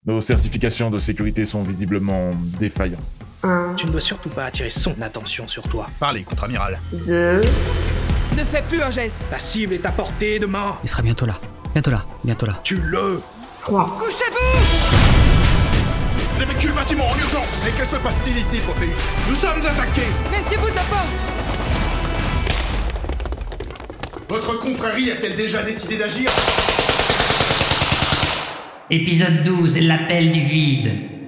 Nos certifications de sécurité sont visiblement défaillantes. 1, Tu ne dois surtout pas attirer son attention sur toi. Parlez, contre-amiral. 2, Ne fais plus un geste. La cible est à portée de main. Il sera bientôt là. Bientôt là. Bientôt là. Tue-le! 3. Couchez-vous. J'évacue le bâtiment en urgence! Mais que se passe-t-il ici, Pophéus? Nous sommes attaqués! Méfiez-vous de la porte. Votre confrérie a-t-elle déjà décidé d'agir? Épisode 12, l'appel du vide.